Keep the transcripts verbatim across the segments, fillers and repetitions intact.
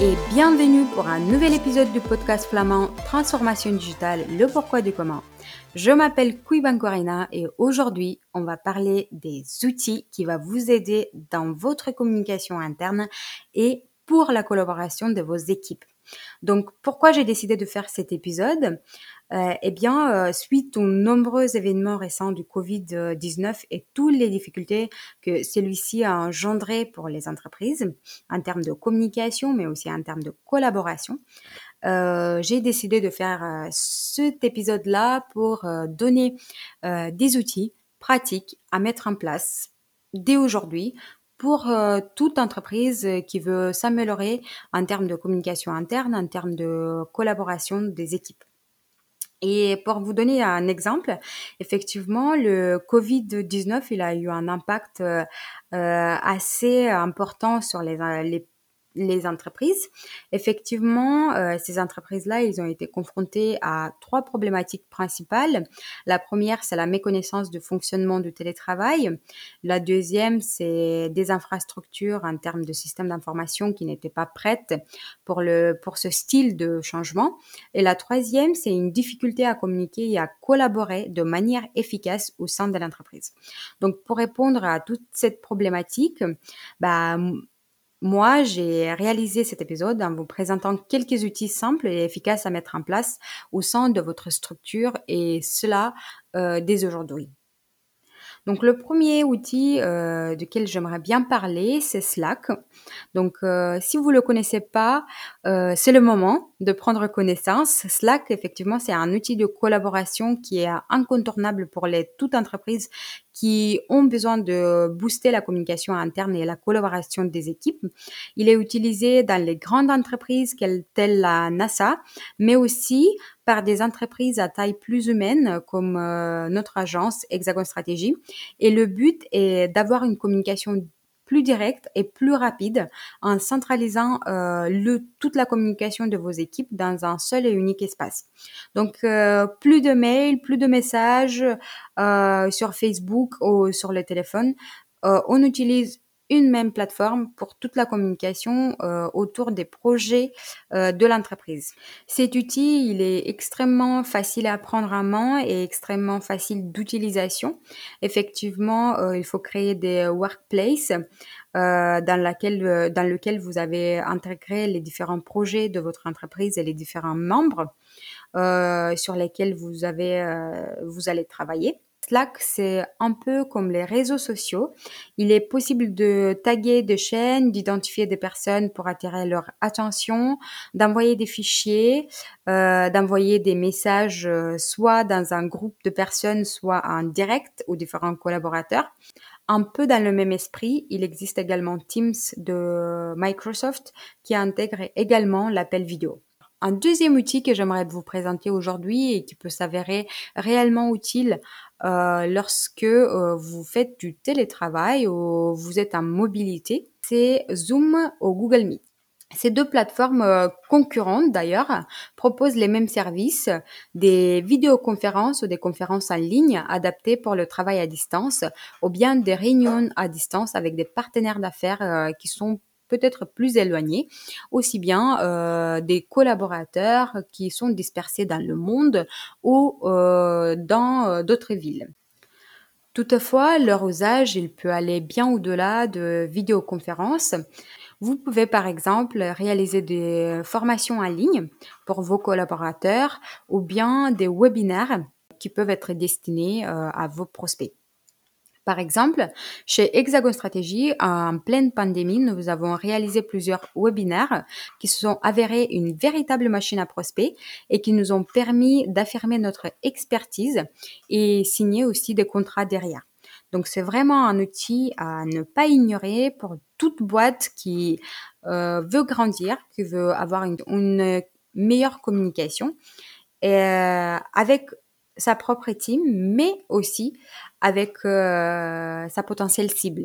et bienvenue pour un nouvel épisode du podcast flamand Transformation digitale, le pourquoi du comment. Je m'appelle Kouiban Corina et aujourd'hui, on va parler des outils qui vont vous aider dans votre communication interne et pour la collaboration de vos équipes. Donc, pourquoi j'ai décidé de faire cet épisode ? Euh, eh bien, euh, suite aux nombreux événements récents du covid dix-neuf et toutes les difficultés que celui-ci a engendrées pour les entreprises, en termes de communication, mais aussi en termes de collaboration, euh, j'ai décidé de faire euh, cet épisode-là pour euh, donner euh, des outils pratiques à mettre en place dès aujourd'hui pour euh, toute entreprise qui veut s'améliorer en termes de communication interne, en termes de collaboration des équipes. Et pour vous donner un exemple, effectivement, le covid dix-neuf, il a eu un impact euh, euh, assez important sur les, les les entreprises. Effectivement, euh, ces entreprises-là, ils ont été confrontées à trois problématiques principales. La première, c'est la méconnaissance du fonctionnement du télétravail. La deuxième, c'est des infrastructures en termes de systèmes d'information qui n'étaient pas prêtes pour le pour ce style de changement. Et la troisième, c'est une difficulté à communiquer et à collaborer de manière efficace au sein de l'entreprise. Donc, pour répondre à toute cette problématique, bah, moi, j'ai réalisé cet épisode en vous présentant quelques outils simples et efficaces à mettre en place au sein de votre structure et cela euh, dès aujourd'hui. Donc, le premier outil euh, duquel j'aimerais bien parler, c'est Slack. Donc, euh, si vous ne le connaissez pas, euh, c'est le moment de prendre connaissance. Slack, effectivement, c'est un outil de collaboration qui est incontournable pour les toutes entreprises qui ont besoin de booster la communication interne et la collaboration des équipes. Il est utilisé dans les grandes entreprises telles la NASA, mais aussi par des entreprises à taille plus humaine comme euh, notre agence Hexagon Stratégie. Et le but est d'avoir une communication plus directe et plus rapide en centralisant euh, le, toute la communication de vos équipes dans un seul et unique espace. Donc, euh, plus de mails, plus de messages euh, sur Facebook ou sur le téléphone. Euh, on utilise une même plateforme pour toute la communication euh, autour des projets euh, de l'entreprise. Cet outil, il est extrêmement facile à prendre en main et extrêmement facile d'utilisation. Effectivement, euh, il faut créer des workplaces euh, dans, laquelle, euh, dans lequel vous avez intégré les différents projets de votre entreprise et les différents membres euh, sur lesquels vous, avez, euh, vous allez travailler. Slack, c'est un peu comme les réseaux sociaux. Il est possible de taguer des chaînes, d'identifier des personnes pour attirer leur attention, d'envoyer des fichiers, euh, d'envoyer des messages euh, soit dans un groupe de personnes, soit en direct aux différents collaborateurs. Un peu dans le même esprit, il existe également Teams de Microsoft qui intègre également l'appel vidéo. Un deuxième outil que j'aimerais vous présenter aujourd'hui et qui peut s'avérer réellement utile euh, lorsque euh, vous faites du télétravail ou vous êtes en mobilité, c'est Zoom ou Google Meet. Ces deux plateformes euh, concurrentes, d'ailleurs, proposent les mêmes services, des vidéoconférences ou des conférences en ligne adaptées pour le travail à distance, ou bien des réunions à distance avec des partenaires d'affaires euh, qui sont peut-être plus éloignés, aussi bien euh, des collaborateurs qui sont dispersés dans le monde ou euh, dans euh, d'autres villes. Toutefois, leur usage, il peut aller bien au-delà de vidéoconférences. Vous pouvez par exemple réaliser des formations en ligne pour vos collaborateurs ou bien des webinaires qui peuvent être destinés euh, à vos prospects. Par exemple, chez Hexagon Stratégie, en pleine pandémie, nous avons réalisé plusieurs webinaires qui se sont avérés une véritable machine à prospects et qui nous ont permis d'affirmer notre expertise et signer aussi des contrats derrière. Donc, c'est vraiment un outil à ne pas ignorer pour toute boîte qui euh, veut grandir, qui veut avoir une, une meilleure communication et, euh, avec sa propre team, mais aussi avec euh, sa potentielle cible.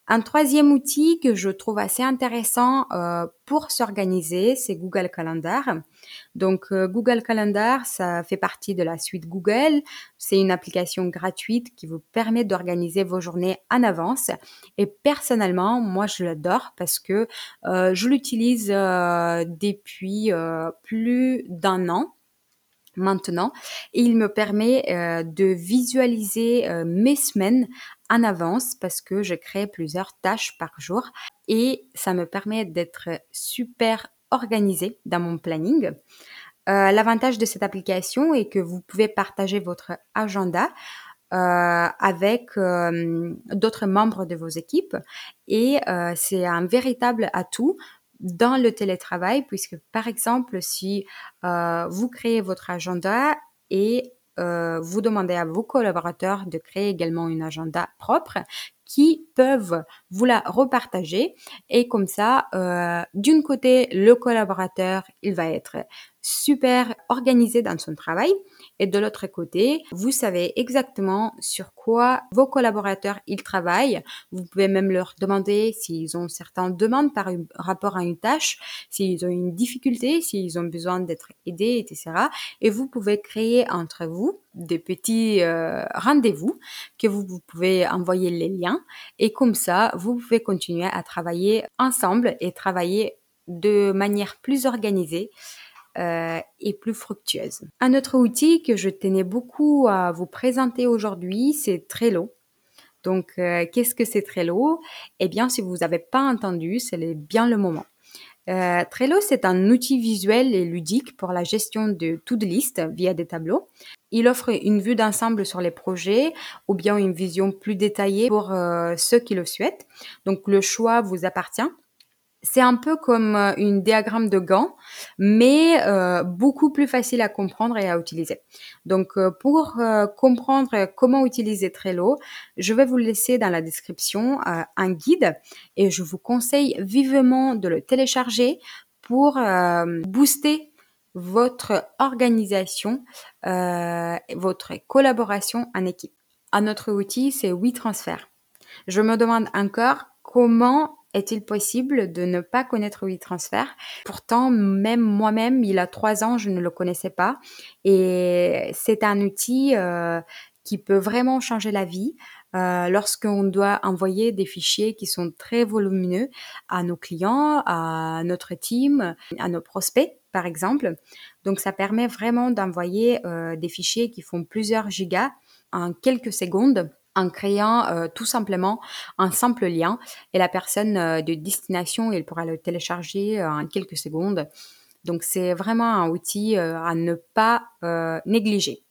Un troisième outil que je trouve assez intéressant, heu, pour s'organiser, c'est Google Calendar. Donc, heu, Google Calendar, ça fait partie de la suite Google. C'est une application gratuite qui vous permet d'organiser vos journées en avance et personnellement, moi, je l'adore parce que, heu, je l'utilise, heu, depuis, heu, plus d'un an maintenant et il me permet, heu, de visualiser, heu, mes semaines en avance parce que je crée plusieurs tâches par jour et ça me permet d'être super organisée dans mon planning. Heu, l'avantage de cette application est que vous pouvez partager votre agenda, heu, avec, hem, d'autres membres de vos équipes et heu, c'est un véritable atout dans le télétravail puisque, par exemple, si, heu, vous créez votre agenda et heu, vous demandez à vos collaborateurs de créer également un agenda propre qui peuvent vous la repartager et comme ça, heu, d'une côté, le collaborateur, il va être super organisé dans son travail et de l'autre côté, vous savez exactement sur quoi vos collaborateurs, ils travaillent. Vous pouvez même leur demander s'ils ont certaines demandes par une- rapport à une tâche, s'ils ont une difficulté, s'ils ont besoin d'être aidés, et cetera. Et vous pouvez créer entre vous des petits euh, rendez-vous que vous, vous pouvez envoyer les liens et comme ça, vous pouvez continuer à travailler ensemble et travailler de manière plus organisée euh, et plus fructueuse. Un autre outil que je tenais beaucoup à vous présenter aujourd'hui, c'est Trello. Donc, euh, qu'est-ce que c'est Trello? Eh bien, si vous n'avez pas entendu, c'est le- bien le moment. Euh, Trello, c'est un outil visuel et ludique pour la gestion de to-do list via des tableaux. Il offre une vue d'ensemble sur les projets ou bien une vision plus détaillée pour euh, ceux qui le souhaitent. Donc, le choix vous appartient. C'est un peu comme, heu, une diagramme de Gantt, mais heu, beaucoup plus facile à comprendre et à utiliser. Donc heu, pour, heu, comprendre comment utiliser Trello, je vais vous laisser dans la description, heu, un guide et je vous conseille vivement de le télécharger pour, hem, booster votre organisation, heu, votre collaboration en équipe. Un autre outil, c'est WeTransfer. Je me demande encore comment est-il possible de ne pas connaître WeTransfer? Pourtant, même moi-même, il y a trois ans, je ne le connaissais pas et c'est un outil, heu, qui peut vraiment changer la vie, heu, lorsqu'on doit envoyer des fichiers qui sont très volumineux à nos clients, à notre team, à nos prospects, par exemple. Donc ça permet vraiment d'envoyer, heu, des fichiers qui font plusieurs gigas en quelques secondes en créant euh, tout simplement un simple lien et la personne euh, de destination, elle pourra le télécharger euh, en quelques secondes. Donc c'est vraiment un outil euh, à ne pas euh, négliger.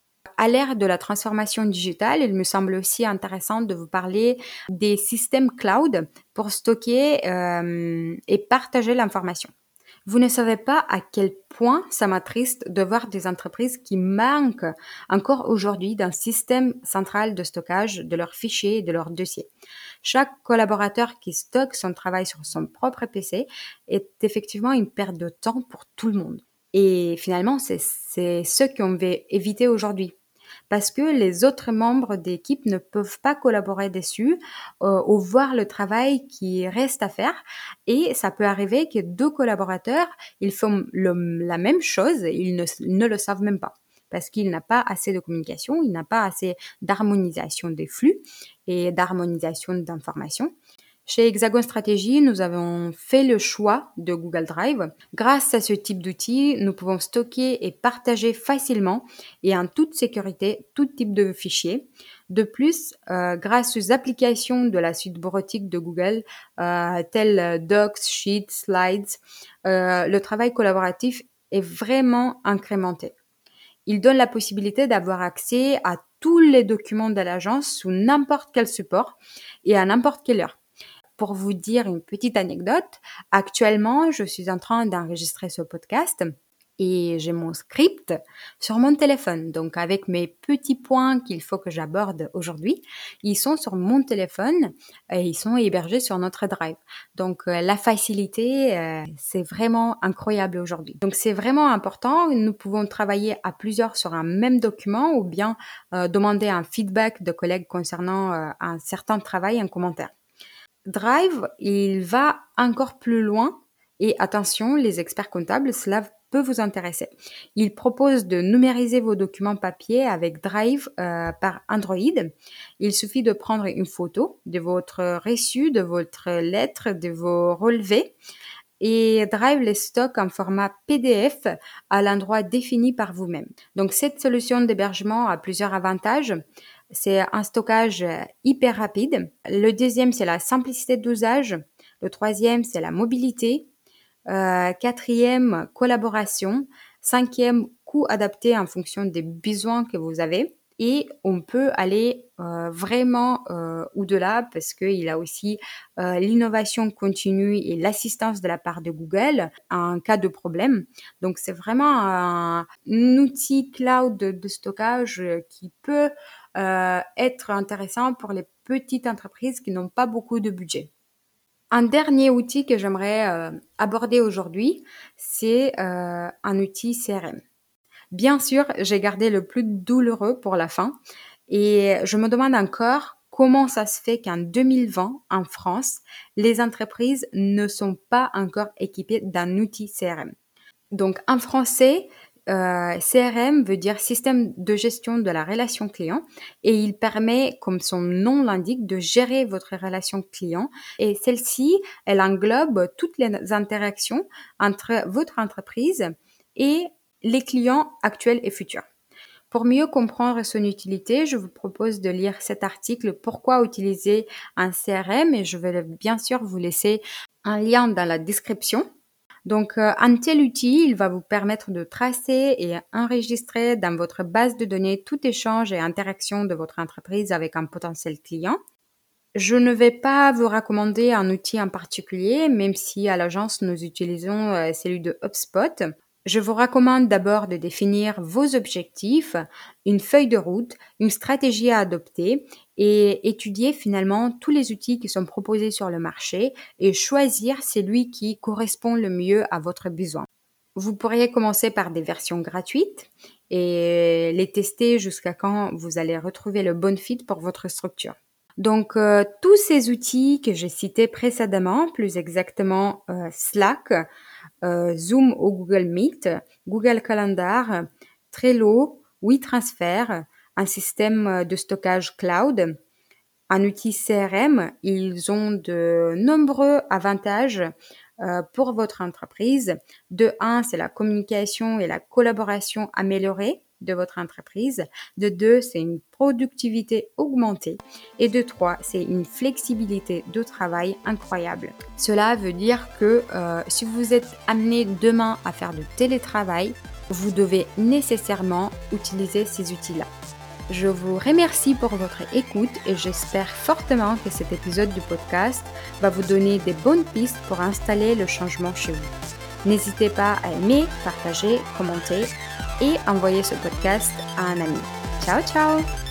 À l'ère de la transformation digitale, il me semble aussi intéressant de vous parler des systèmes cloud pour stocker euh, et partager l'information. Vous ne savez pas à quel point ça m'attriste de voir des entreprises qui manquent encore aujourd'hui d'un système central de stockage de leurs fichiers et de leurs dossiers. Chaque collaborateur qui stocke son travail sur son propre P C est effectivement une perte de temps pour tout le monde. Et finalement, c'est c'est ce qu'on veut éviter aujourd'hui parce que les autres membres d'équipe ne peuvent pas collaborer dessus euh, ou voir le travail qui reste à faire. Et ça peut arriver que deux collaborateurs, ils font le- la même chose, ils ne, ne le savent même pas parce qu'il n'a pas assez de communication, il n'a pas assez d'harmonisation des flux et d'harmonisation d'informations. Chez Hexagon Stratégie, nous avons fait le choix de Google Drive. Grâce à ce type d'outil, nous pouvons stocker et partager facilement et en toute sécurité tout type de fichiers. De plus, euh, grâce aux applications de la suite bureautique de Google, euh, telles Docs, Sheets, Slides, euh, le travail collaboratif est vraiment incrémenté. Il donne la possibilité d'avoir accès à tous les documents de l'agence sous n'importe quel support et à n'importe quelle heure. Pour vous dire une petite anecdote, actuellement, je suis en train d'enregistrer ce podcast et j'ai mon script sur mon téléphone. Donc, avec mes petits points qu'il faut que j'aborde aujourd'hui, ils sont sur mon téléphone et ils sont hébergés sur notre drive. Donc, euh, la facilité, euh, c'est vraiment incroyable aujourd'hui. Donc, c'est vraiment important. Nous pouvons travailler à plusieurs sur un même document ou bien euh, demander un feedback de collègues concernant euh, un certain travail, un commentaire. Drive, il va encore plus loin et attention, les experts comptables, cela peut vous intéresser. Il propose de numériser vos documents papier avec Drive euh, par Android. Il suffit de prendre une photo de votre reçu, de votre lettre, de vos relevés et Drive les stocke en format P D F à l'endroit défini par vous-même. Donc cette solution d'hébergement a plusieurs avantages. C'est un stockage hyper rapide. Le deuxième, c'est la simplicité d'usage. Le troisième, c'est la mobilité. Euh, quatrième, collaboration. Cinquième, coût adapté en fonction des besoins que vous avez. Et on peut aller euh, vraiment euh, au-delà parce qu'il a aussi euh, l'innovation continue et l'assistance de la part de Google en cas de problème. Donc, c'est vraiment un, un outil cloud de, de stockage qui peut euh, être intéressant pour les petites entreprises qui n'ont pas beaucoup de budget. Un dernier outil que j'aimerais euh, aborder aujourd'hui, c'est euh, un outil C R M. Bien sûr, j'ai gardé le plus douloureux pour la fin et je me demande encore comment ça se fait qu'en deux mille vingt, en France, les entreprises ne sont pas encore équipées d'un outil C R M. Donc, en français, euh, C R M veut dire système de gestion de la relation client et il permet, comme son nom l'indique, de gérer votre relation client et celle-ci, elle englobe toutes les interactions entre votre entreprise et les clients actuels et futurs. Pour mieux comprendre son utilité, je vous propose de lire cet article « Pourquoi utiliser un C R M ?» et je vais bien sûr vous laisser un lien dans la description. Donc, euh, un tel outil, il va vous permettre de tracer et enregistrer dans votre base de données tout échange et interaction de votre entreprise avec un potentiel client. Je ne vais pas vous recommander un outil en particulier, même si à l'agence, nous utilisons euh, celui de HubSpot. Je vous recommande d'abord de définir vos objectifs, une feuille de route, une stratégie à adopter et étudier finalement tous les outils qui sont proposés sur le marché et choisir celui qui correspond le mieux à votre besoin. Vous pourriez commencer par des versions gratuites et les tester jusqu'à quand vous allez retrouver le bon fit pour votre structure. Donc, euh, tous ces outils que j'ai cités précédemment, plus exactement euh, Slack, euh, Zoom ou Google Meet, Google Calendar, Trello, WeTransfer, un système de stockage cloud, un outil C R M, ils ont de nombreux avantages euh, pour votre entreprise. De un, c'est la communication et la collaboration améliorée de votre entreprise. De deux, c'est une productivité augmentée. Et de trois, c'est une flexibilité de travail incroyable. Cela veut dire que euh, si vous êtes amené demain à faire du télétravail, vous devez nécessairement utiliser ces outils-là. Je vous remercie pour votre écoute et j'espère fortement que cet épisode du podcast va vous donner des bonnes pistes pour installer le changement chez vous. N'hésitez pas à aimer, partager, commenter et envoyer ce podcast à un ami. Ciao, ciao!